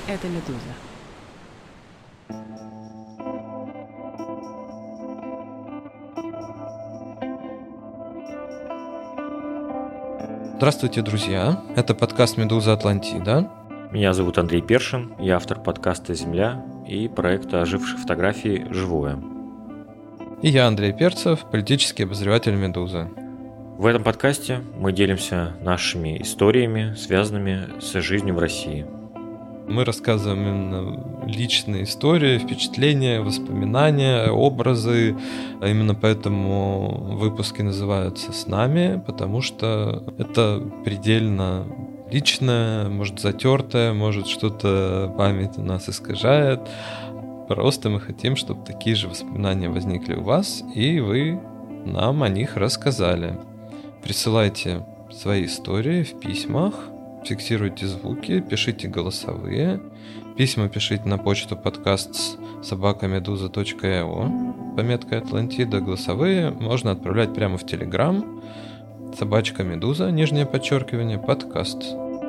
Это «Медуза». Здравствуйте, друзья! Это подкаст «Медуза Атлантида». Меня зовут Андрей Першин, я автор подкаста «Земля» и проекта ожившей фотографии «Живое». И я, Андрей Перцев, политический обозреватель «Медузы». В этом подкасте мы делимся нашими историями, связанными с жизнью в России. Мы рассказываем именно личные истории, впечатления, воспоминания, образы. Именно поэтому выпуски называются «С нами», потому что это предельно личное, может затертое, может что-то память у нас искажает. Просто мы хотим, чтобы такие же воспоминания возникли у вас, и вы нам о них рассказали. Присылайте свои истории в письмах, фиксируйте звуки, пишите голосовые. Письма пишите на почту podcast@meduza.io пометкой Атлантида. Голосовые можно отправлять прямо в Telegram. @Медуза, _ подкаст.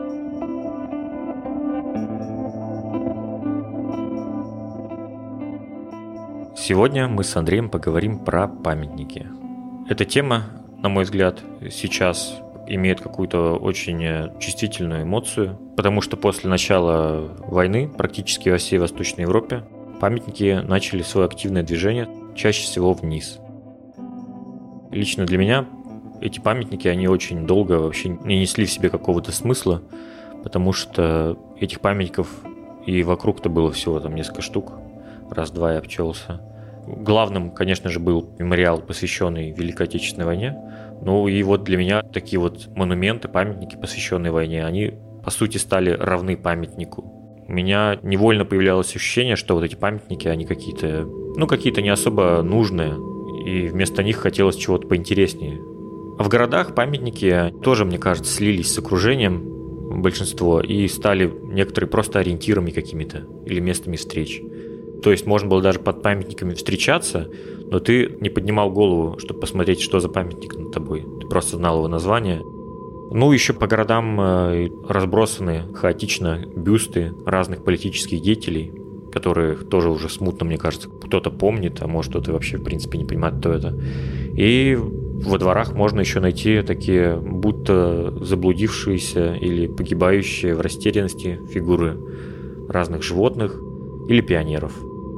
Сегодня мы с Андреем поговорим про памятники. Эта тема, на мой взгляд, сейчас имеет какую-то очень чувствительную эмоцию, потому что после начала войны практически во всей Восточной Европе памятники начали свое активное движение, чаще всего вниз. Лично для меня эти памятники, они очень долго вообще не несли в себе какого-то смысла, потому что этих памятников и вокруг-то было всего там несколько штук, раз-два я обчелся. Главным, конечно же, был мемориал, посвященный Великой Отечественной войне. Ну и вот для меня такие вот монументы, памятники, посвященные войне, они по сути стали равны памятнику. У меня невольно появлялось ощущение, что вот эти памятники, они какие-то не особо нужные, и вместо них хотелось чего-то поинтереснее. А в городах памятники тоже, мне кажется, слились с окружением большинство и стали некоторые просто ориентирами какими-то или местами встреч. То есть можно было даже под памятниками встречаться, но ты не поднимал голову, чтобы посмотреть, что за памятник над тобой. Ты просто знал его название. Ну, еще по городам разбросаны хаотично бюсты разных политических деятелей, которых тоже уже смутно, мне кажется, кто-то помнит, а может кто-то вообще в принципе не понимает, кто это. И во дворах можно еще найти такие будто заблудившиеся или погибающие в растерянности фигуры разных животных или пионеров.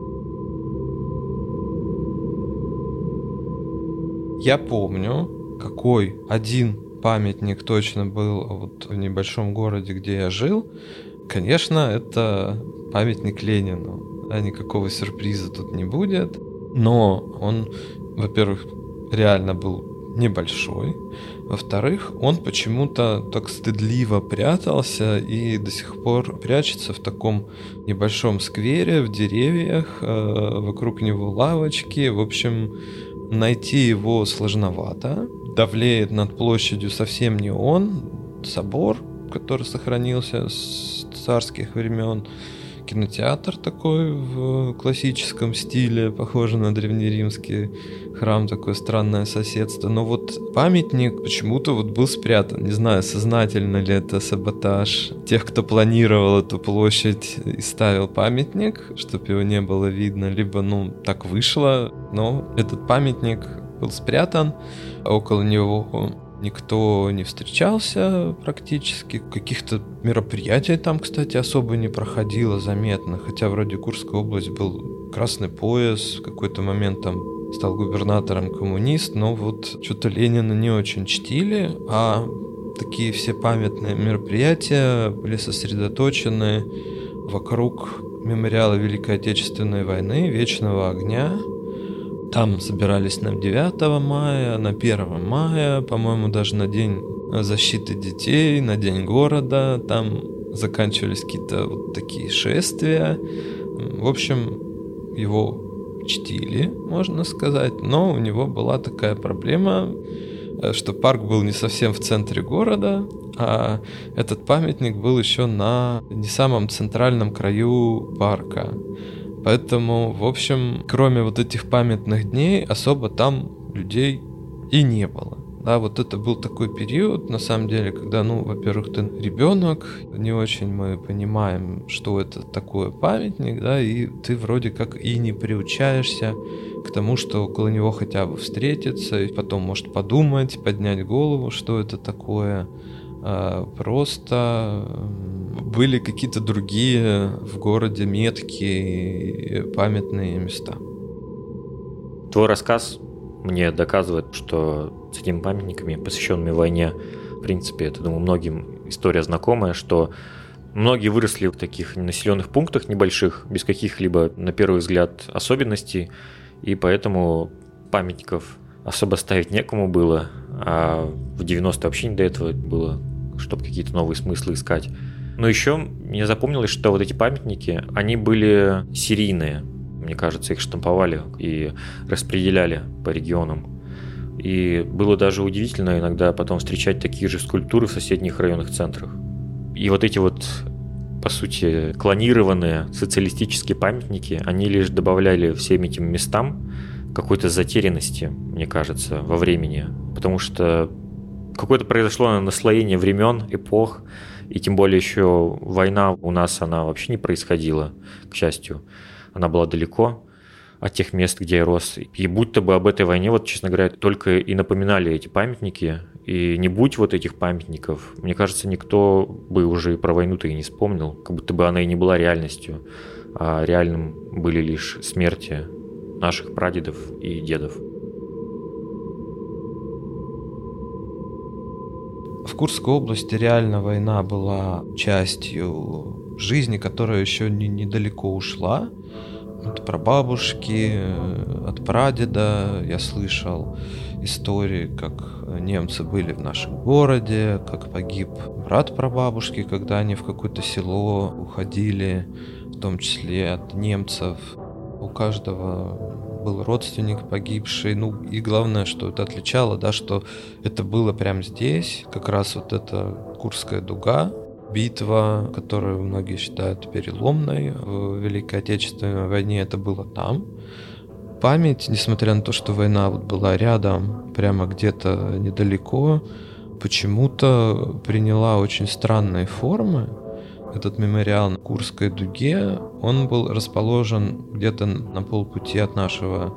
Я помню, какой один памятник точно был вот в небольшом городе, где я жил. Конечно, это памятник Ленину. Никакого сюрприза тут не будет. Но он, во-первых, реально был небольшой. Во-вторых, он почему-то так стыдливо прятался и до сих пор прячется в таком небольшом сквере, в деревьях, вокруг него лавочки. В общем, найти его сложновато. Давлеет над площадью совсем не он. Собор, который сохранился с царских времен. Кинотеатр такой в классическом стиле, похожий на древнеримский храм, такое странное соседство. Но вот памятник почему-то вот был спрятан. Не знаю, сознательно ли это саботаж тех, кто планировал эту площадь и ставил памятник, чтобы его не было видно, либо, так вышло. Но этот памятник был спрятан, около него никто не встречался практически. Каких-то мероприятий там, кстати, особо не проходило заметно. Хотя вроде Курская область был красный пояс. В какой-то момент там стал губернатором коммунист. Но вот что-то Ленина не очень чтили. А такие все памятные мероприятия были сосредоточены вокруг мемориала Великой Отечественной войны, Вечного огня. Там собирались на 9 мая, на 1 мая, по-моему, даже на День защиты детей, на День города. Там заканчивались какие-то вот такие шествия. В общем, его чтили, можно сказать, но у него была такая проблема, что парк был не совсем в центре города, а этот памятник был еще на не самом центральном краю парка. Поэтому, в общем, кроме вот этих памятных дней, особо там людей и не было. Да, вот это был такой период, на самом деле, когда, во-первых, ты ребенок, не очень мы понимаем, что это такое памятник, да, и ты вроде как и не приучаешься к тому, что около него хотя бы встретиться, и потом, может, подумать, поднять голову, что это такое. Просто были какие-то другие в городе метки, памятные места. Твой рассказ мне доказывает, что с этими памятниками, посвященными войне, в принципе, это, думаю, многим история знакомая, что многие выросли в таких населенных пунктах небольших, без каких-либо, на первый взгляд, особенностей, и поэтому памятников особо ставить некому было, а в 90-е вообще не до этого было, чтобы какие-то новые смыслы искать. Но еще мне запомнилось, что вот эти памятники, они были серийные. Мне кажется, их штамповали и распределяли по регионам. И было даже удивительно иногда потом встречать такие же скульптуры в соседних районных центрах. И вот эти вот, по сути, клонированные социалистические памятники, они лишь добавляли всем этим местам какой-то затерянности, мне кажется, во времени. Потому что какое-то произошло наслоение времен, эпох, и тем более еще война у нас, она вообще не происходила, к счастью. Она была далеко от тех мест, где я рос. И будто бы об этой войне, вот, честно говоря, только и напоминали эти памятники. И не будь вот этих памятников, мне кажется, никто бы уже про войну-то и не вспомнил. Как будто бы она и не была реальностью, а реальным были лишь смерти наших прадедов и дедов. В Курской области реально война была частью жизни, которая еще недалеко ушла. От прабабушки, от прадеда я слышал истории, как немцы были в нашем городе, как погиб брат прабабушки, когда они в какое-то село уходили, в том числе от немцев. У каждого был родственник погибший. И главное, что это отличало, да, что это было прямо здесь, как раз вот эта Курская дуга, битва, которую многие считают переломной в Великой Отечественной войне, это было там. Память, несмотря на то, что война вот была рядом, прямо где-то недалеко, почему-то приняла очень странные формы. Этот мемориал на Курской дуге, он был расположен где-то на полпути от нашего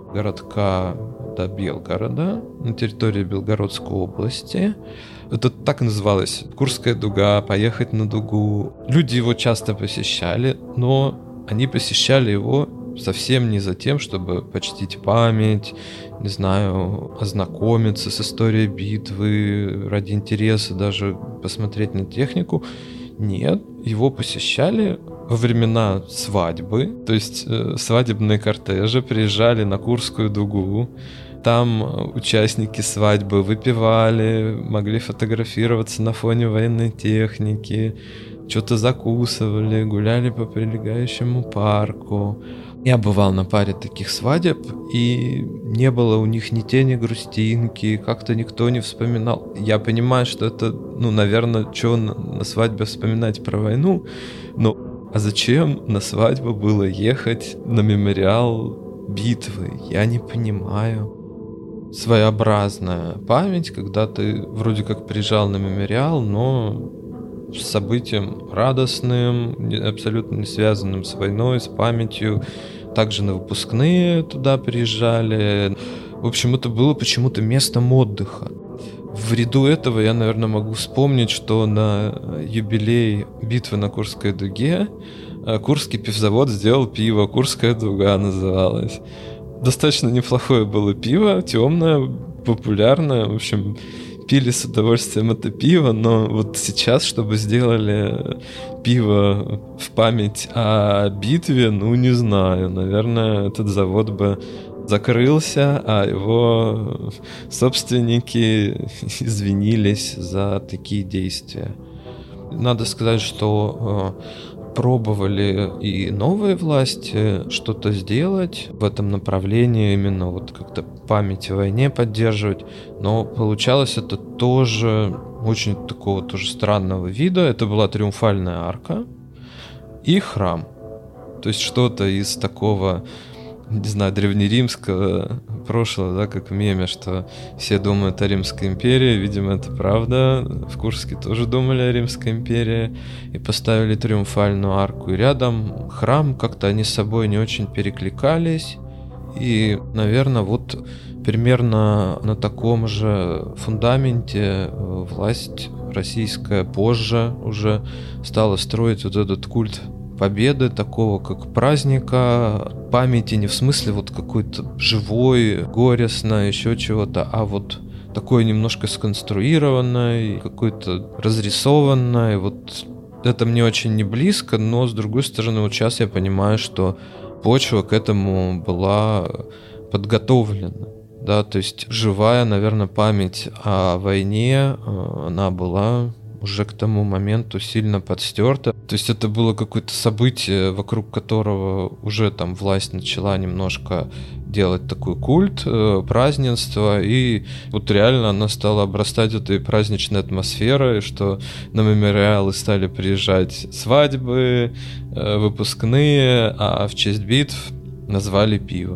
городка до Белгорода, на территории Белгородской области. Это так и называлось Курская дуга, поехать на дугу. Люди его часто посещали, но они посещали его совсем не за тем, чтобы почтить память, не знаю, ознакомиться с историей битвы, ради интереса даже посмотреть на технику. Нет, его посещали во времена свадьбы, то есть свадебные кортежи приезжали на Курскую дугу, там участники свадьбы выпивали, могли фотографироваться на фоне военной техники, что-то закусывали, гуляли по прилегающему парку. Я бывал на паре таких свадеб, и не было у них ни тени грустинки, как-то никто не вспоминал. Я понимаю, что это, наверное, что на свадьбе вспоминать про войну, но а зачем на свадьбу было ехать на мемориал битвы? Я не понимаю. Своеобразная память, когда ты вроде как приезжал на мемориал, но с событием радостным, абсолютно не связанным с войной, с памятью. Также на выпускные туда приезжали. В общем, это было почему-то местом отдыха. В ряду этого я, наверное, могу вспомнить, что на юбилей битвы на Курской дуге Курский пивзавод сделал пиво. Курская дуга называлось. Достаточно неплохое было пиво, темное, популярное. В общем, пили с удовольствием это пиво, но вот сейчас, чтобы сделали пиво в память о битве, не знаю. Наверное, этот завод бы закрылся, а его собственники извинились за такие действия. Надо сказать, что пробовали и новые власти что-то сделать в этом направлении, именно вот как-то память о войне поддерживать, но получалось это тоже очень такого тоже странного вида. Это была триумфальная арка и храм. То есть что-то из такого, не знаю, древнеримского прошлое, да, как в меме, что все думают о Римской империи, видимо, это правда. В Курске тоже думали о Римской империи и поставили триумфальную арку. И рядом храм, как-то они с собой не очень перекликались. И, наверное, вот примерно на таком же фундаменте власть российская позже уже стала строить вот этот культ победы, такого как праздника, памяти не в смысле вот какой-то живой, горестной, еще чего-то, а вот такой немножко сконструированной, какой-то разрисованной. Вот это мне очень не близко, но с другой стороны, вот сейчас я понимаю, что почва к этому была подготовлена. Да, то есть живая, наверное, память о войне, она была уже к тому моменту сильно подстерта. То есть это было какое-то событие, вокруг которого уже там власть начала немножко делать такой культ, празднество, и вот реально она стала обрастать этой праздничной атмосферой, что на мемориалы стали приезжать свадьбы, выпускные, а в честь битв назвали пиво.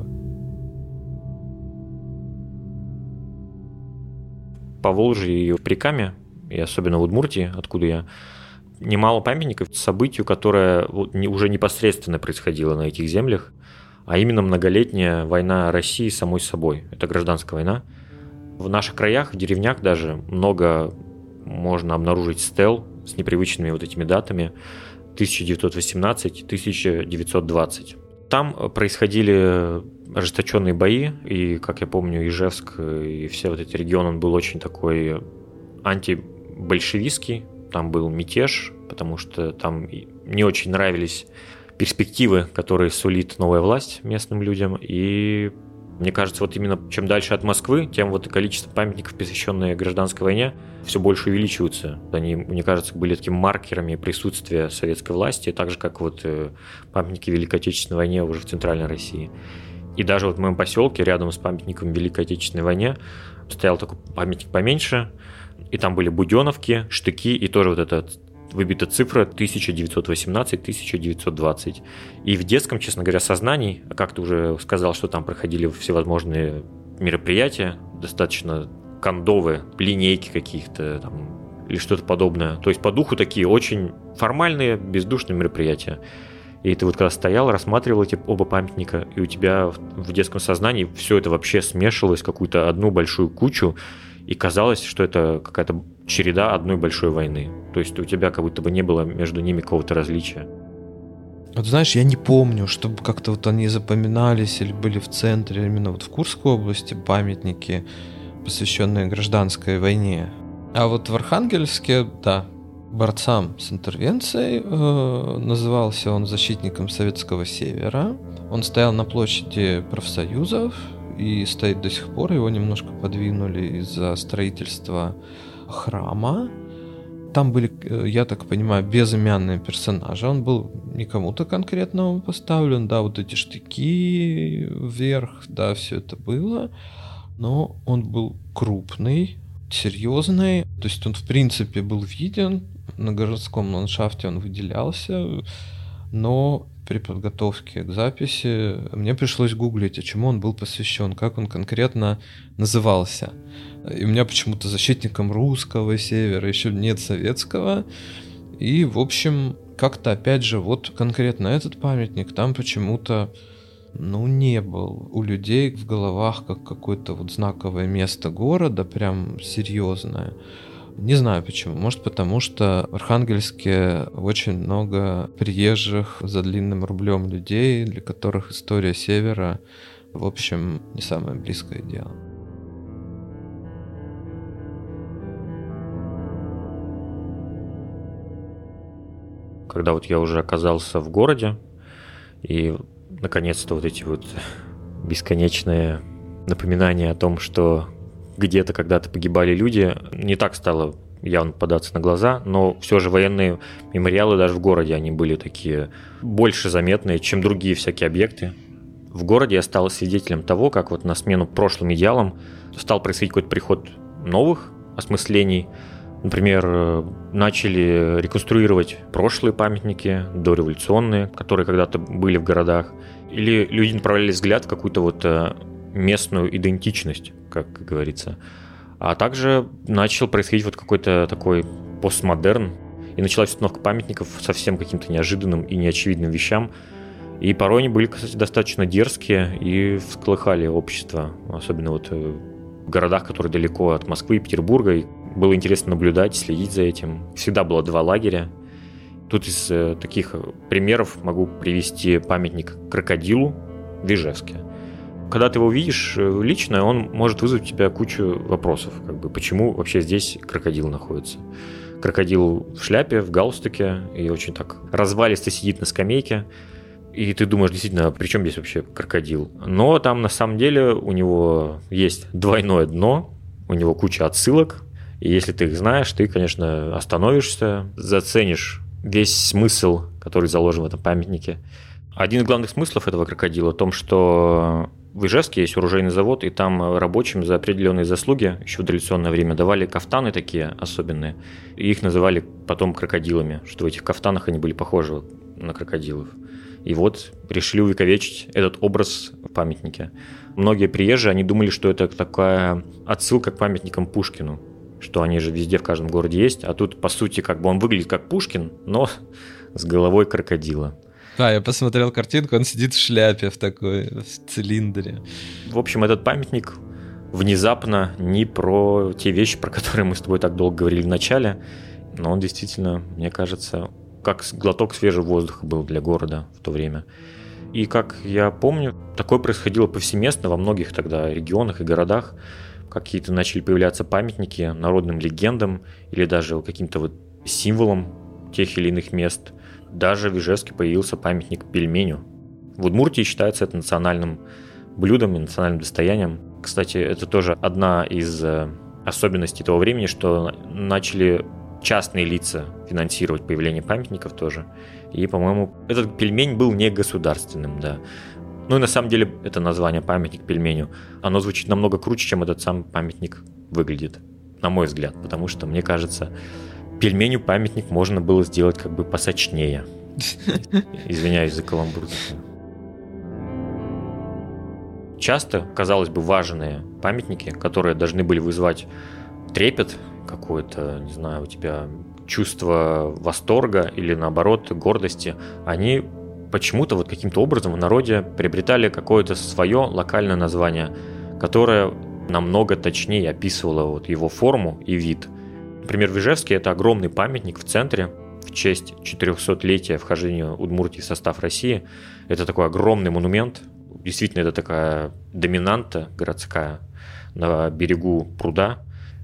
По Волжье и в Прикаме, и особенно в Удмуртии, откуда я, немало памятников событию, которое уже непосредственно происходило на этих землях, а именно многолетняя война России с самой собой. Это гражданская война. В наших краях, в деревнях даже, много можно обнаружить стел с непривычными вот этими датами 1918-1920. Там происходили ожесточенные бои, и, как я помню, Ижевск и все вот эти регионы, он был очень такой антибольшевистский, там был мятеж, потому что там не очень нравились перспективы, которые сулит новая власть местным людям, и мне кажется, вот именно чем дальше от Москвы, тем вот количество памятников, посвященных гражданской войне, все больше увеличиваются. Они, мне кажется, были такими маркерами присутствия советской власти, так же, как вот памятники Великой Отечественной войне уже в Центральной России. И даже вот в моем поселке, рядом с памятником Великой Отечественной войне, стоял такой памятник поменьше, и там были буденовки, штыки, и тоже вот эта выбита цифра 1918-1920. И в детском, честно говоря, сознании, как ты уже сказал, что там проходили всевозможные мероприятия, достаточно кондовые, линейки каких-то там, или что-то подобное. То есть по духу такие очень формальные, бездушные мероприятия. И ты вот когда стоял, рассматривал эти оба памятника, и у тебя в детском сознании все это вообще смешивалось в какую-то одну большую кучу, и казалось, что это какая-то череда одной большой войны. То есть у тебя как будто бы не было между ними какого-то различия. Вот знаешь, я не помню, чтобы как-то вот они запоминались или были в центре, именно вот в Курской области памятники, посвященные гражданской войне. А вот в Архангельске, да, борцам с интервенцией, назывался он защитником Советского Севера. Он стоял на площади профсоюзов и стоит до сих пор. Его немножко подвинули из-за строительства храма. Там были, я так понимаю, безымянные персонажи. Он был не кому-то конкретному поставлен, да, вот эти штыки вверх, да, все это было. Но он был крупный, серьезный. То есть он, в принципе, был виден. На городском ландшафте он выделялся. Но при подготовке к записи мне пришлось гуглить, а чему он был посвящен, как он конкретно назывался. И у меня почему-то защитником русского севера, еще нет советского. И, в общем, как-то опять же, вот конкретно этот памятник там почему-то, не был у людей в головах как какое-то вот знаковое место города, прям серьезное. Не знаю почему. Может, потому что в Архангельске очень много приезжих за длинным рублем людей, для которых история Севера, в общем, не самое близкое дело. Когда вот я уже оказался в городе, и наконец-то вот эти вот бесконечные напоминания о том, что где-то когда-то погибали люди, не так стало явно попадаться на глаза, но все же военные мемориалы даже в городе, они были такие больше заметные, чем другие всякие объекты. В городе я стал свидетелем того, как вот на смену прошлым идеалам стал происходить какой-то приход новых осмыслений. Например, начали реконструировать прошлые памятники, дореволюционные, которые когда-то были в городах. Или люди направляли взгляд в какую-то вот местную идентичность, как говорится. А также начал происходить вот какой-то такой постмодерн, и началась установка памятников совсем каким-то неожиданным и неочевидным вещам. И порой они были, кстати, достаточно дерзкие и всколыхали общество, особенно вот в городах, которые далеко от Москвы и Петербурга. И было интересно наблюдать, следить за этим. Всегда было два лагеря. Тут из таких примеров могу привести памятник крокодилу в Ижевске. Когда ты его видишь лично, он может вызвать у тебя кучу вопросов. Как бы, почему вообще здесь крокодил находится? Крокодил в шляпе, в галстуке и очень так развалисто сидит на скамейке. И ты думаешь, действительно, при чем здесь вообще крокодил? Но там на самом деле у него есть двойное дно, у него куча отсылок. И если ты их знаешь, ты, конечно, остановишься, заценишь весь смысл, который заложен в этом памятнике. Один из главных смыслов этого крокодила в том, что в Ижевске есть оружейный завод, и там рабочим за определенные заслуги еще в дореволюционное время давали кафтаны такие особенные, и их называли потом крокодилами, что в этих кафтанах они были похожи на крокодилов. И вот решили увековечить этот образ в памятнике. Многие приезжие, они думали, что это такая отсылка к памятникам Пушкину, что они же везде в каждом городе есть, а тут, по сути, как бы он выглядит как Пушкин, но с головой крокодила. Я посмотрел картинку, он сидит в шляпе в такой, в цилиндре. В общем, этот памятник внезапно не про те вещи, про которые мы с тобой так долго говорили в начале, но он действительно, мне кажется, как глоток свежего воздуха был для города в то время. И как я помню, такое происходило повсеместно во многих тогда регионах и городах. Какие-то начали появляться памятники народным легендам или даже каким-то вот символам тех или иных мест. Даже в Ижевске появился памятник пельменю. В Удмуртии считается это национальным блюдом и национальным достоянием. Кстати, это тоже одна из особенностей того времени, что начали частные лица финансировать появление памятников тоже. И, по-моему, этот пельмень был не государственным, да. Ну и на самом деле это название «памятник пельменю», оно звучит намного круче, чем этот сам памятник выглядит, на мой взгляд. Потому что, мне кажется, пельменю памятник можно было сделать как бы посочнее. Извиняюсь за каламбур. Часто, казалось бы, важные памятники, которые должны были вызывать трепет, какое-то, не знаю, у тебя чувство восторга или, наоборот, гордости, они почему-то вот каким-то образом в народе приобретали какое-то свое локальное название, которое намного точнее описывало вот его форму и вид. Например, в Ижевске это огромный памятник в центре в честь 400-летия вхождения Удмуртии в состав России. Это такой огромный монумент. Действительно, это такая доминанта городская на берегу пруда.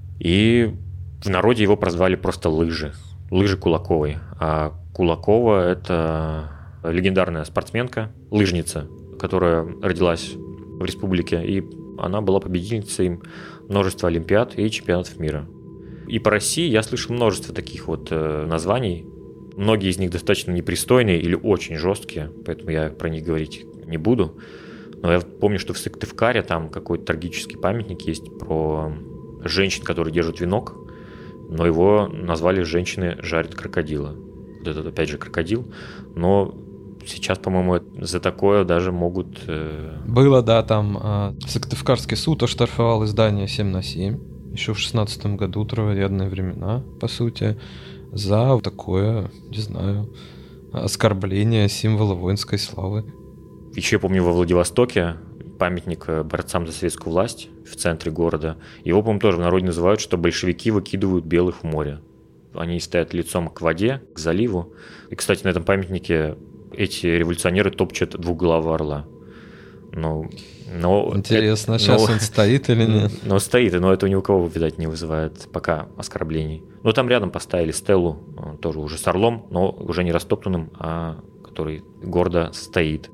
И в народе его прозвали просто лыжи Кулаковой. А Кулакова – это легендарная спортсменка, лыжница, которая родилась в республике, и она была победительницей множества олимпиад и чемпионатов мира. И по России я слышал множество таких вот названий. Многие из них достаточно непристойные или очень жесткие, поэтому я про них говорить не буду. Но я помню, что в Сыктывкаре там какой-то трагический памятник есть про женщин, которые держат венок, но его назвали «Женщины жарят крокодила». Вот это опять же крокодил, но сейчас, по-моему, за такое даже могут... Было, да, там Сыктывкарский суд оштрафовал издание 7/7, еще в 16 году, травоядные времена, по сути, за такое, не знаю, оскорбление символа воинской славы. Еще я помню, во Владивостоке памятник борцам за советскую власть в центре города. Его, по-моему, тоже в народе называют, что большевики выкидывают белых в море. Они стоят лицом к воде, к заливу. И, кстати, на этом памятнике эти революционеры топчут двуглавого орла. Но интересно, сейчас он стоит или нет? Ну, стоит, но это ни у кого, видать, не вызывает пока оскорблений. Но там рядом поставили стелу, тоже уже с орлом, но уже не растоптанным, а который гордо стоит.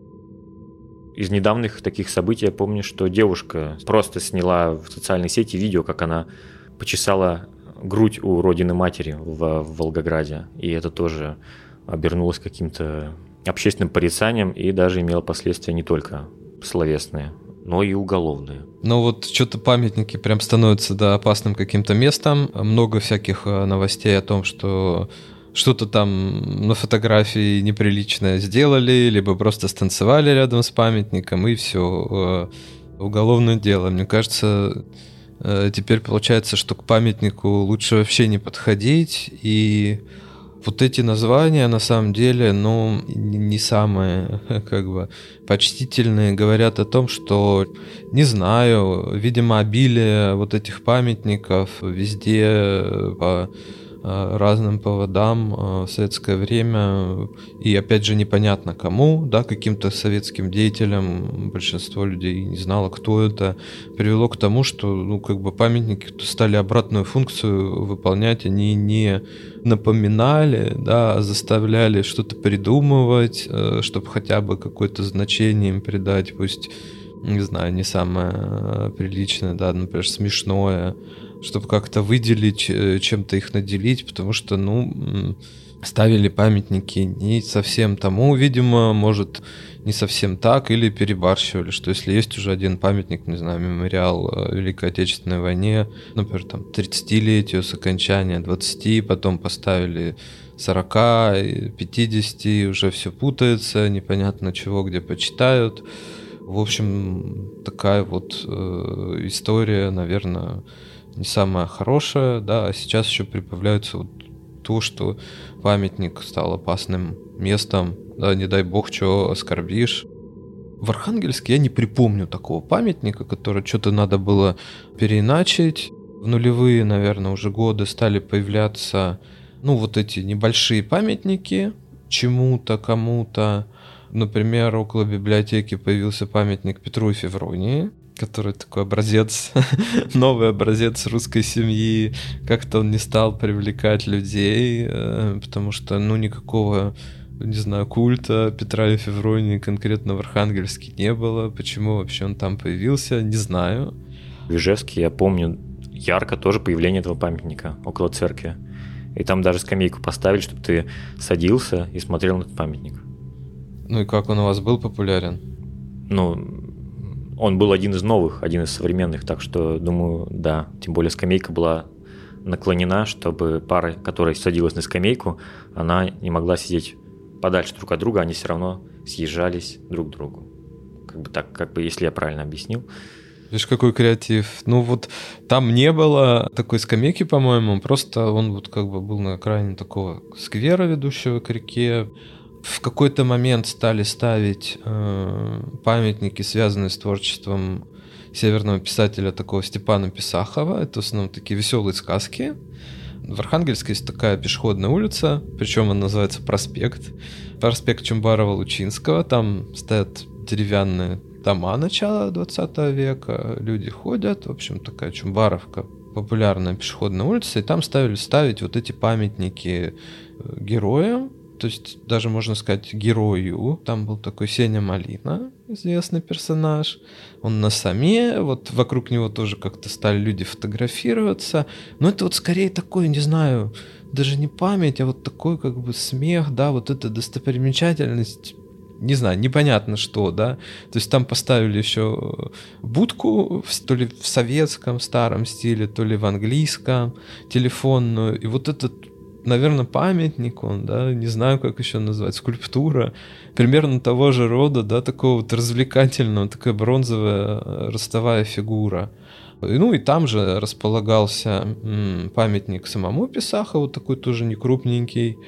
Из недавних таких событий я помню, что девушка просто сняла в социальной сети видео, как она почесала грудь у родины матери в Волгограде. И это тоже обернулось каким-то общественным порицанием и даже имело последствия не только словесные, но и уголовные. Ну вот что-то памятники прям становятся, да, опасным каким-то местом. Много всяких новостей о том, что что-то там на фотографии неприличное сделали, либо просто станцевали рядом с памятником, и все. уголовное дело. Мне кажется, теперь получается, что к памятнику лучше вообще не подходить, и вот эти названия, на самом деле, не самые, почтительные, говорят о том, что, не знаю, видимо, обилие вот этих памятников везде по разным поводам в советское время, и опять же непонятно кому, да, каким-то советским деятелям, большинство людей не знало, кто это, привело к тому, что, памятники стали обратную функцию выполнять, они не напоминали, да, а заставляли что-то придумывать, чтобы хотя бы какое-то значение им придать, пусть, не знаю, не самое приличное, да, например, смешное, чтобы как-то выделить, чем-то их наделить, потому что, ставили памятники не совсем тому, видимо, может, не совсем так, или перебарщивали, что если есть уже один памятник, не знаю, мемориал Великой Отечественной войне, например, там, 30-летию с окончания, 20, потом поставили 40, 50, и уже все путается, непонятно чего, где почитают. В общем, такая вот история, наверное, не самая хорошая, да, а сейчас еще прибавляется вот то, что памятник стал опасным местом, да, не дай бог, что оскорбишь. В Архангельске я не припомню такого памятника, который что-то надо было переиначить. В нулевые, наверное, уже годы стали появляться, вот эти небольшие памятники чему-то, кому-то. Например, около библиотеки появился памятник Петру и Февронии, который такой образец, новый образец русской семьи. Как-то он не стал привлекать людей, потому что, никакого, не знаю, культа Петра и Февронии конкретно в Архангельске не было. Почему вообще он там появился, не знаю. В Ижевске, я помню, ярко тоже появление этого памятника около церкви. И там даже скамейку поставили, чтобы ты садился и смотрел на этот памятник. И как он у вас был популярен? Он был один из новых, один из современных, так что, думаю, да. Тем более скамейка была наклонена, чтобы пара, которая садилась на скамейку, она не могла сидеть подальше друг от друга, они все равно съезжались друг к другу. Если я правильно объяснил. Видишь, какой креатив. Там не было такой скамейки, по-моему, просто он был на окраине такого сквера, ведущего к реке. В какой-то момент стали ставить памятники, связанные с творчеством северного писателя такого Степана Писахова. Это в основном такие веселые сказки. В Архангельске есть такая пешеходная улица, причем она называется Проспект Чумбарова-Лучинского. Там стоят деревянные дома начала 20 века, люди ходят. В общем, такая Чумбаровка, популярная пешеходная улица. И там стали ставить вот эти памятники героям. То есть даже можно сказать герою. Там был такой Сеня Малина, известный персонаж. Он на саме, вокруг него тоже как-то стали люди фотографироваться. Но это скорее такой, не знаю, даже не память, а такой смех, да, эта достопримечательность. Не знаю, непонятно что, да. То есть там поставили еще будку, то ли в советском старом стиле, то ли в английском, телефонную. И этот, наверное, памятник он, да, не знаю, как еще назвать, скульптура, примерно того же рода, да, такого развлекательного, такая бронзовая ростовая фигура. И там же располагался памятник самому Писахову, такой тоже не крупненький.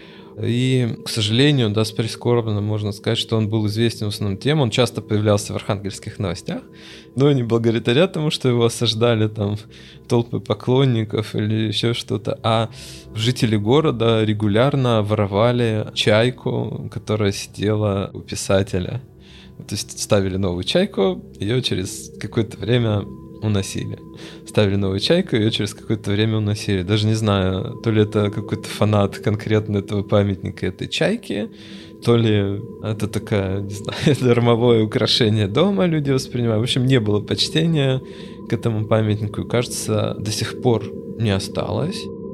И, к сожалению, да, с прискорбно можно сказать, что он был известен в основном тем, он часто появлялся в архангельских новостях, но не благодаря тому, что его осаждали там толпы поклонников или еще что-то, а жители города регулярно воровали чайку, которая сидела у писателя. То есть ставили новую чайку, ее через какое-то время уносили. Ставили новую чайку, ее через какое-то время уносили. Даже не знаю, то ли это какой-то фанат конкретно этого памятника, этой чайки, то ли это такая, не знаю, дармовое украшение дома люди воспринимают. В общем, не было почтения к этому памятнику, и, кажется, до сих пор не осталось.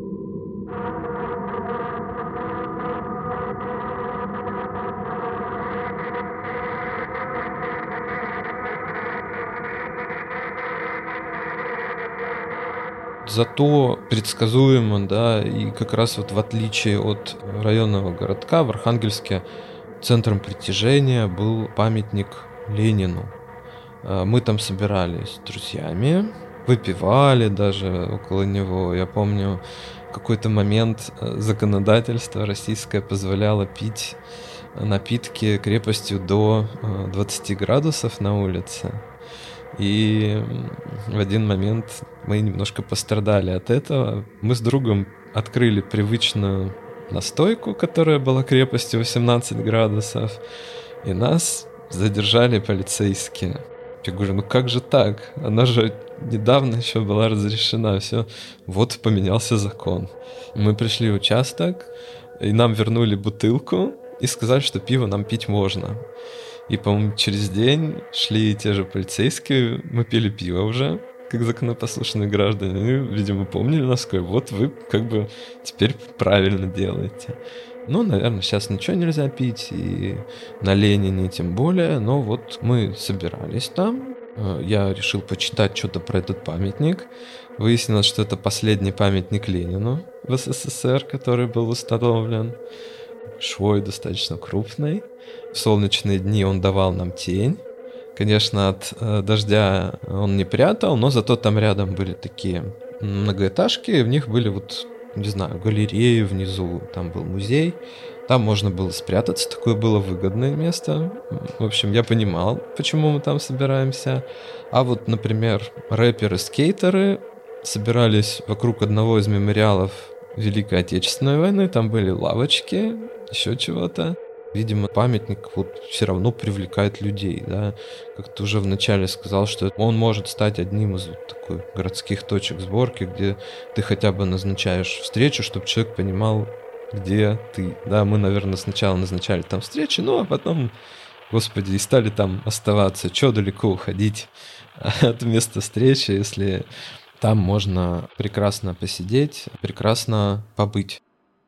Зато предсказуемо, да, и как раз в отличие от районного городка, в Архангельске центром притяжения был памятник Ленину. Мы там собирались с друзьями, выпивали даже около него. Я помню, в какой-то момент законодательство российское позволяло пить напитки крепостью до 20 градусов на улице. И в один момент мы немножко пострадали от этого. Мы с другом открыли привычную настойку, которая была крепостью 18 градусов, и нас задержали полицейские. Я говорю, ну как же так? Она же недавно еще была разрешена, все. Вот поменялся закон. Мы пришли в участок, и нам вернули бутылку, и сказали, что пиво нам пить можно. И, по-моему, через день шли те же полицейские, мы пили пиво уже, как законопослушные граждане. Они, видимо, помнили нас, сказали, вот вы как бы теперь правильно делаете. Ну, наверное, сейчас ничего нельзя пить, и на Ленине тем более, но вот мы собирались там. Я решил почитать что-то про этот памятник. Выяснилось, что это последний памятник Ленину в СССР, который был установлен. Швой достаточно крупный. В солнечные дни он давал нам тень. Конечно, от дождя он не прятал, но зато там рядом были такие многоэтажки, и в них были вот, не знаю, галереи внизу, там был музей. Там можно было спрятаться, такое было выгодное место. В общем, я понимал, почему мы там собираемся. А вот, например, рэперы-скейтеры собирались вокруг одного из мемориалов Великой Отечественной войны. Там были лавочки, еще чего-то. Видимо, памятник вот все равно привлекает людей, да. Как ты уже вначале сказал, что он может стать одним из вот таких городских точек сборки, где ты хотя бы назначаешь встречу, чтобы человек понимал, где ты. Да, мы, наверное, сначала назначали там встречи, ну а потом, господи, и стали там оставаться. Чё далеко уходить от места встречи, если там можно прекрасно посидеть, прекрасно побыть.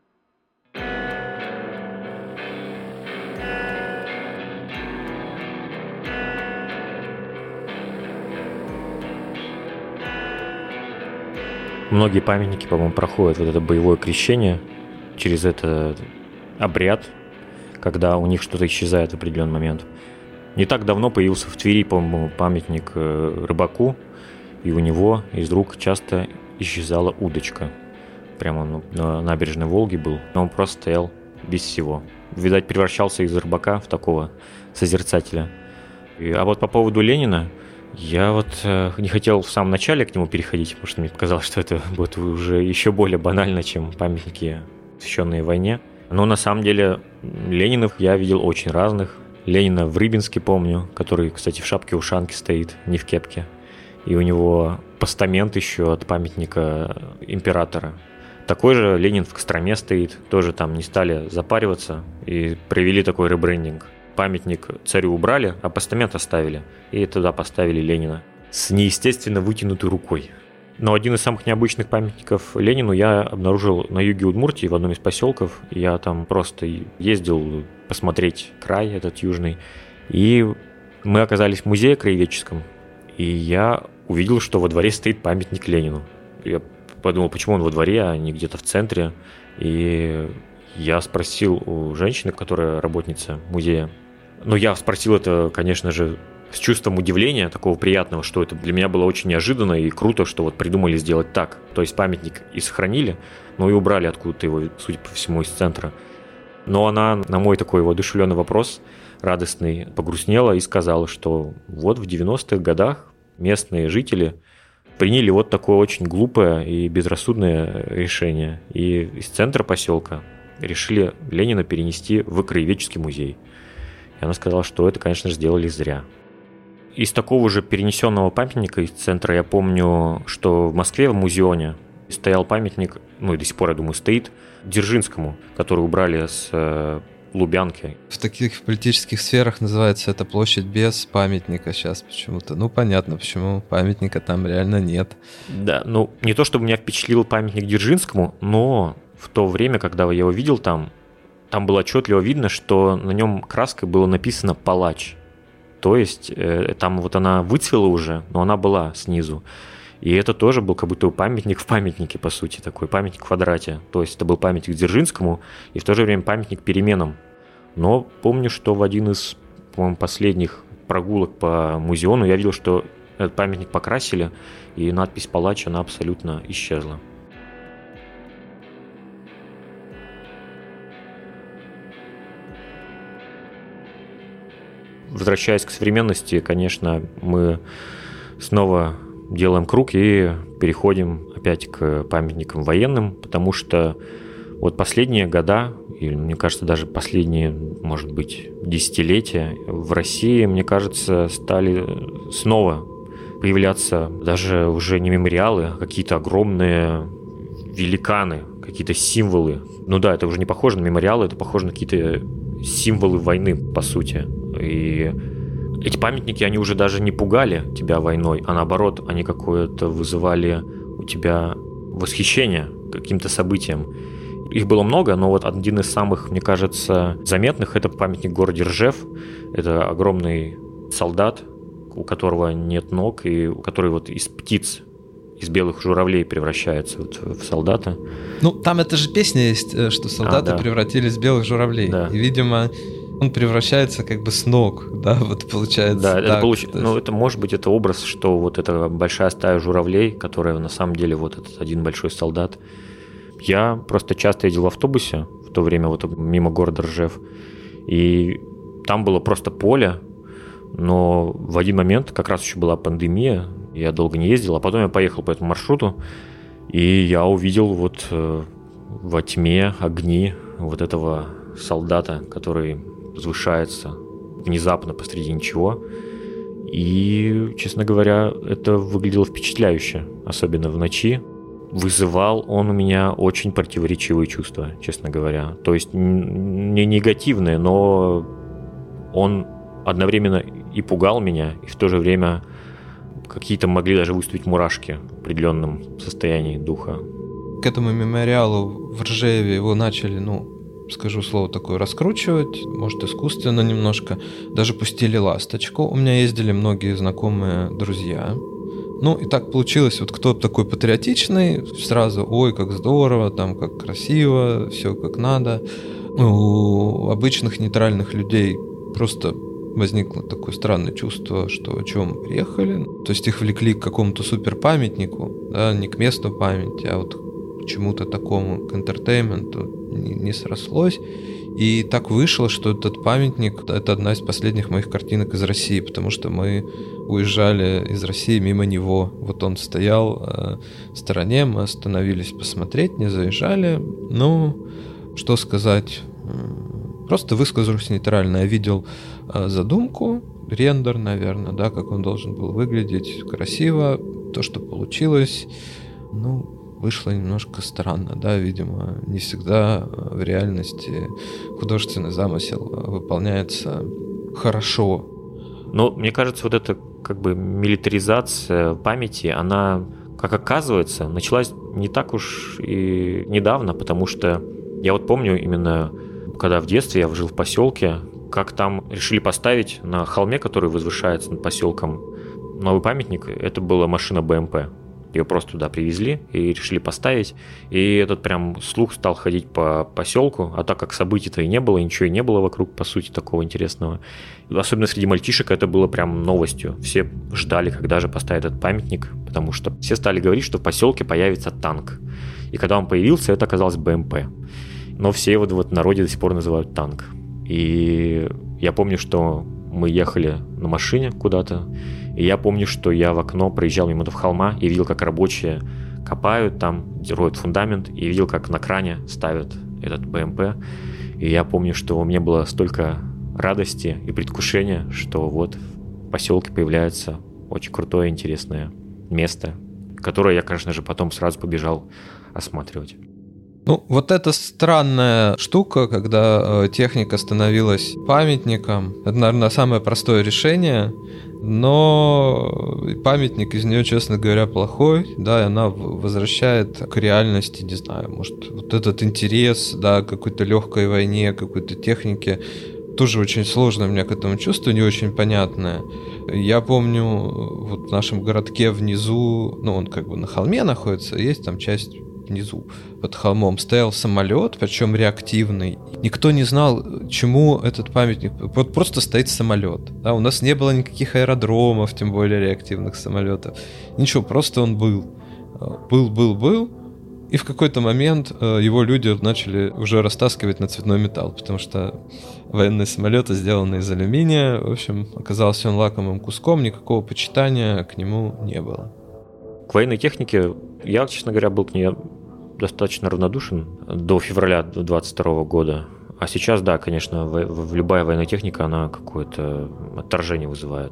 Многие памятники, по-моему, проходят вот это боевое крещение через этот обряд, когда у них что-то исчезает в определенный момент. Не так давно появился в Твери, по-моему, памятник рыбаку, и у него из рук часто исчезала удочка. Прямо на набережной Волги был, но он просто стоял без всего. Видать, превращался из рыбака в такого созерцателя. А вот по поводу Ленина, я вот не хотел в самом начале к нему переходить, потому что мне показалось, что это будет уже еще более банально, чем памятники, посвященные войне. Но на самом деле Ленинов я видел очень разных. Ленина в Рыбинске помню, который, кстати, в шапке-ушанке стоит, не в кепке. И у него постамент еще от памятника императора. Такой же Ленин в Костроме стоит, тоже там не стали запариваться и провели такой ребрендинг. Памятник царю убрали, а постамент оставили. И туда поставили Ленина с неестественно вытянутой рукой. Но один из самых необычных памятников Ленину я обнаружил на юге Удмуртии, в одном из поселков. Я там просто ездил посмотреть край этот южный. И мы оказались в музее краеведческом. И я увидел, что во дворе стоит памятник Ленину. Я подумал, почему он во дворе, а не где-то в центре. И я спросил у женщины, которая работница музея. Но я спросил это, конечно же, с чувством удивления, такого приятного, что это для меня было очень неожиданно и круто, что вот придумали сделать так. То есть памятник и сохранили, но и убрали откуда-то его, судя по всему, из центра. Но она на мой такой воодушевленный вопрос, радостный, погрустнела и сказала, что вот в 90-х годах местные жители приняли вот такое очень глупое и безрассудное решение. И из центра поселка решили Ленина перенести в краеведческий музей. И она сказала, что это, конечно же, сделали зря. Из такого же перенесенного памятника из центра я помню, что в Москве в Музеоне стоял памятник, ну и до сих пор, я думаю, стоит, Дзержинскому, который убрали с Лубянки. В таких политических сферах называется это площадь без памятника сейчас почему-то. Ну, понятно, почему памятника там реально нет. Да, ну, не то чтобы меня впечатлил памятник Дзержинскому, но в то время, когда я его видел там было отчетливо видно, что на нем краской было написано «Палач». То есть там вот она выцвела уже, но она была снизу. И это тоже был как будто памятник в памятнике, по сути, такой памятник в квадрате. То есть это был памятник Дзержинскому и в то же время памятник переменам. Но помню, что в один из, по-моему, последних прогулок по музеону я видел, что этот памятник покрасили, и надпись «Палач», она абсолютно исчезла. Возвращаясь к современности, конечно, мы снова делаем круг и переходим опять к памятникам военным, потому что вот последние года, или, мне кажется, даже последние, может быть, десятилетия в России, мне кажется, стали снова появляться даже уже не мемориалы, а какие-то огромные великаны, какие-то символы. Ну да, это уже не похоже на мемориалы, это похоже на какие-то символы войны, по сути. И эти памятники, они уже даже не пугали тебя войной, а наоборот, они какое-то вызывали у тебя восхищение каким-то событием. Их было много, но вот один из самых, мне кажется, заметных – это памятник в городе Ржев. Это огромный солдат, у которого нет ног, и который вот из птиц, из белых журавлей превращается вот в солдата. Ну, там это же песня есть, что солдаты превратились в белых журавлей. Да. И, видимо, он превращается как бы с ног, да, вот получается. Да, это может быть это образ, что вот эта большая стая журавлей, которая на самом деле вот этот один большой солдат. Я просто часто ездил в автобусе в то время вот мимо города Ржев, и там было просто поле, но в один момент, как раз еще была пандемия, я долго не ездил, а потом я поехал по этому маршруту, и я увидел вот во тьме огни вот этого солдата, который возвышается внезапно посреди ничего. И, честно говоря, это выглядело впечатляюще, особенно в ночи. Вызывал он у меня очень противоречивые чувства, честно говоря. То есть не негативные, но он одновременно и пугал меня, и в то же время какие-то могли даже выступить мурашки в определенном состоянии духа. К этому мемориалу в Ржеве его начали, скажу слово такое, раскручивать, может, искусственно немножко. Даже пустили ласточку. У меня ездили многие знакомые друзья. И так получилось, вот кто такой патриотичный, сразу, ой, как здорово, там, как красиво, все как надо. У обычных нейтральных людей просто возникло такое странное чувство, что о чем приехали. То есть их влекли к какому-то суперпамятнику, да, не к месту памяти, а вот к чему-то такому, к интертейменту не срослось. И так вышло, что этот памятник – это одна из последних моих картинок из России, потому что мы уезжали из России мимо него. Вот он стоял в стороне, мы остановились посмотреть, не заезжали. Что сказать? Просто высказался нейтрально. Я видел задумку, рендер, наверное, да, как он должен был выглядеть красиво. То, что получилось, вышло немножко странно, да, видимо, не всегда в реальности художественный замысел выполняется хорошо. Но мне кажется, вот эта как бы милитаризация памяти, она, как оказывается, началась не так уж и недавно, потому что я вот помню именно, когда в детстве я жил в поселке, как там решили поставить на холме, который возвышается над поселком, новый памятник, это была машина БМП. Ее просто туда привезли и решили поставить. И этот прям слух стал ходить по поселку. А так как событий-то и не было, ничего и не было вокруг, по сути, такого интересного. Особенно среди мальчишек это было прям новостью. Все ждали, когда же поставят этот памятник, потому что все стали говорить, что в поселке появится танк. И когда он появился, это оказалось БМП. Но все его вот в народе до сих пор называют танк. И я помню, что мы ехали на машине куда-то, и я помню, что я в окно проезжал мимо этого холма и видел, как рабочие копают там, роют фундамент, и видел, как на кране ставят этот БМП. И я помню, что у меня было столько радости и предвкушения, что вот в поселке появляется очень крутое, интересное место, которое я, конечно же, потом сразу побежал осматривать. Вот эта странная штука, когда техника становилась памятником, это, наверное, самое простое решение, но памятник из нее, честно говоря, плохой, да, и она возвращает к реальности, не знаю, может, вот этот интерес, да, к какой-то легкой войне, какой-то технике, тоже очень сложно у меня к этому чувству, не очень понятное. Я помню, вот в нашем городке внизу, он как бы на холме находится, есть там часть внизу под холмом стоял самолет, причем реактивный. Никто не знал, чему этот памятник. Вот просто стоит самолет. Да, у нас не было никаких аэродромов, тем более реактивных самолетов. Ничего, просто он был. Был. И в какой-то момент его люди начали уже растаскивать на цветной металл, потому что военные самолеты сделаны из алюминия. В общем, оказался он лакомым куском, никакого почитания к нему не было. К военной технике я, честно говоря, был к ней достаточно равнодушен до февраля 2022 года. А сейчас, да, конечно, любая военная техника, она какое-то отторжение вызывает.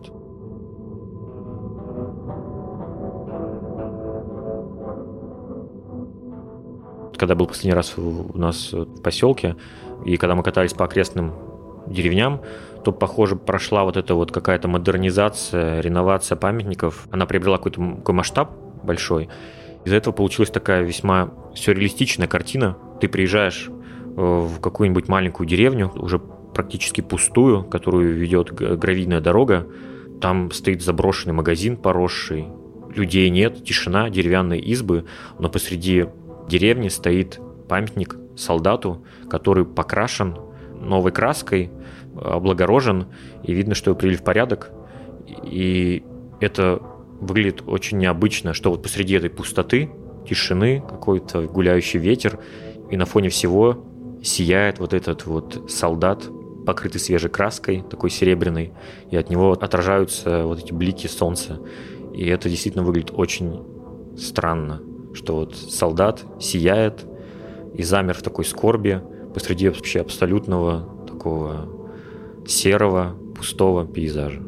Когда был последний раз у нас в поселке, и когда мы катались по окрестным деревням, то, похоже, прошла вот эта вот какая-то модернизация, реновация памятников. Она приобрела какой-то такой масштаб большой. Из-за этого получилась такая весьма сюрреалистичная картина. Ты приезжаешь в какую-нибудь маленькую деревню, уже практически пустую, которую ведет гравийная дорога. Там стоит заброшенный магазин, поросший. Людей нет, тишина, деревянные избы, но посреди деревни стоит памятник солдату, который покрашен новой краской, облагорожен, и видно, что его привели в порядок. И это выглядит очень необычно, что вот посреди этой пустоты, тишины, какой-то гуляющий ветер, и на фоне всего сияет вот этот вот солдат, покрытый свежей краской, такой серебряной, и от него отражаются вот эти блики солнца. И это действительно выглядит очень странно, что вот солдат сияет и замер в такой скорби посреди вообще абсолютного такого серого, пустого пейзажа.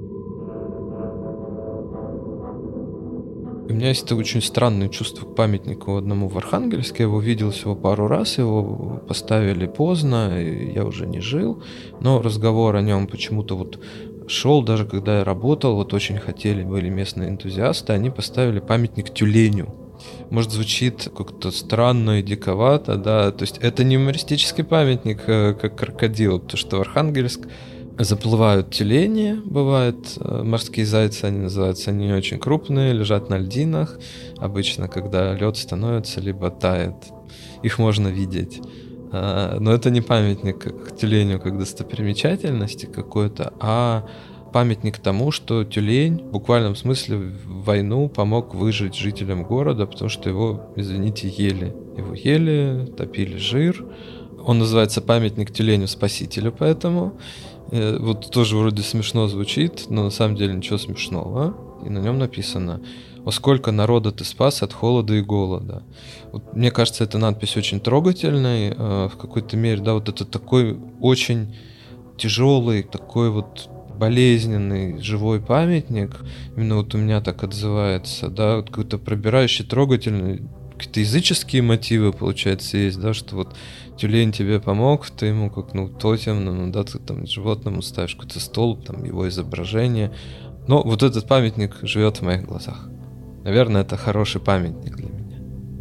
У меня есть очень странное чувство к памятнику одному в Архангельске. Я его видел всего пару раз, его поставили поздно, и я уже не жил. Но разговор о нем почему-то вот шел, даже когда я работал, вот очень хотели, были местные энтузиасты, они поставили памятник тюленю. Может, звучит как-то странно и диковато, да, то есть это не юмористический памятник, как крокодил, потому что в Архангельск заплывают тюлени, бывают морские зайцы, они называются, они не очень крупные, лежат на льдинах, обычно, когда лед становится, либо тает, их можно видеть. Но это не памятник к тюленю как достопримечательности какой-то, а памятник тому, что тюлень в буквальном смысле в войну помог выжить жителям города, потому что его, извините, ели. Его ели, топили жир. Он называется «Памятник тюленю-спасителю», поэтому вот тоже вроде смешно звучит, но на самом деле ничего смешного. И на нем написано: «О, сколько народа ты спас от холода и голода». Вот, мне кажется, эта надпись очень трогательной в какой-то мере, да, вот это такой очень тяжелый, такой вот болезненный живой памятник, именно вот у меня так отзывается, да, вот какой-то пробирающий, трогательный, какие-то языческие мотивы, получается, есть, да, что вот тюлень тебе помог, ты ему как, тотемному, да, ты там животному ставишь какой-то столб, там его изображение, но вот этот памятник живет в моих глазах. Наверное, это хороший памятник для меня.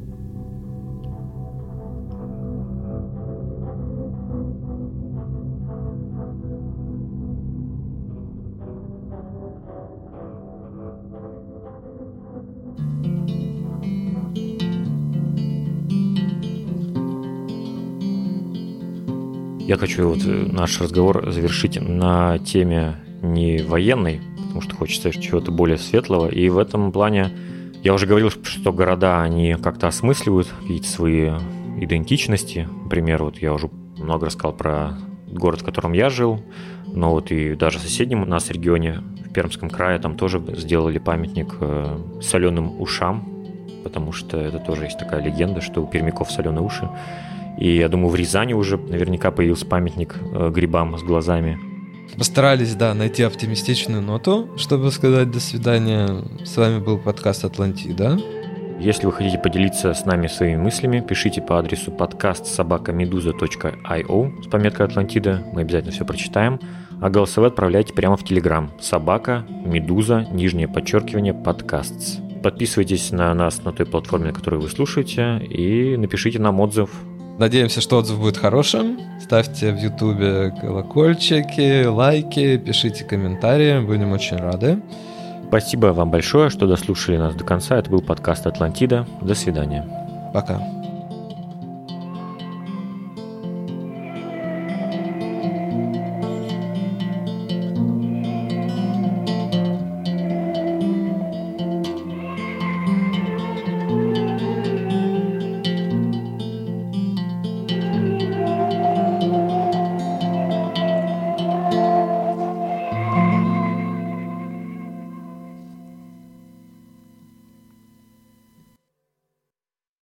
Я хочу вот наш разговор завершить на теме не военной, потому что хочется чего-то более светлого. И в этом плане я уже говорил, что города, они как-то осмысливают какие-то свои идентичности. Например, вот я уже много рассказал про город, в котором я жил, но вот и даже в соседнем у нас регионе, в Пермском крае, там тоже сделали памятник соленым ушам, потому что это тоже есть такая легенда, что у пермяков соленые уши. И я думаю, в Рязани уже наверняка появился памятник грибам с глазами. Постарались, да, найти оптимистичную ноту, чтобы сказать до свидания. С вами был подкаст «Атлантида». Если вы хотите поделиться с нами своими мыслями, пишите по адресу podcast@meduza.io с пометкой «Атлантида». Мы обязательно все прочитаем. А голосовые отправляйте прямо в Telegram. _Meduza, подкастс. Подписывайтесь на нас на той платформе, на которой вы слушаете, и напишите нам отзыв. Надеемся, что отзыв будет хорошим. Ставьте в Ютубе колокольчики, лайки, пишите комментарии. Будем очень рады. Спасибо вам большое, что дослушали нас до конца. Это был подкаст «Атлантида». До свидания. Пока.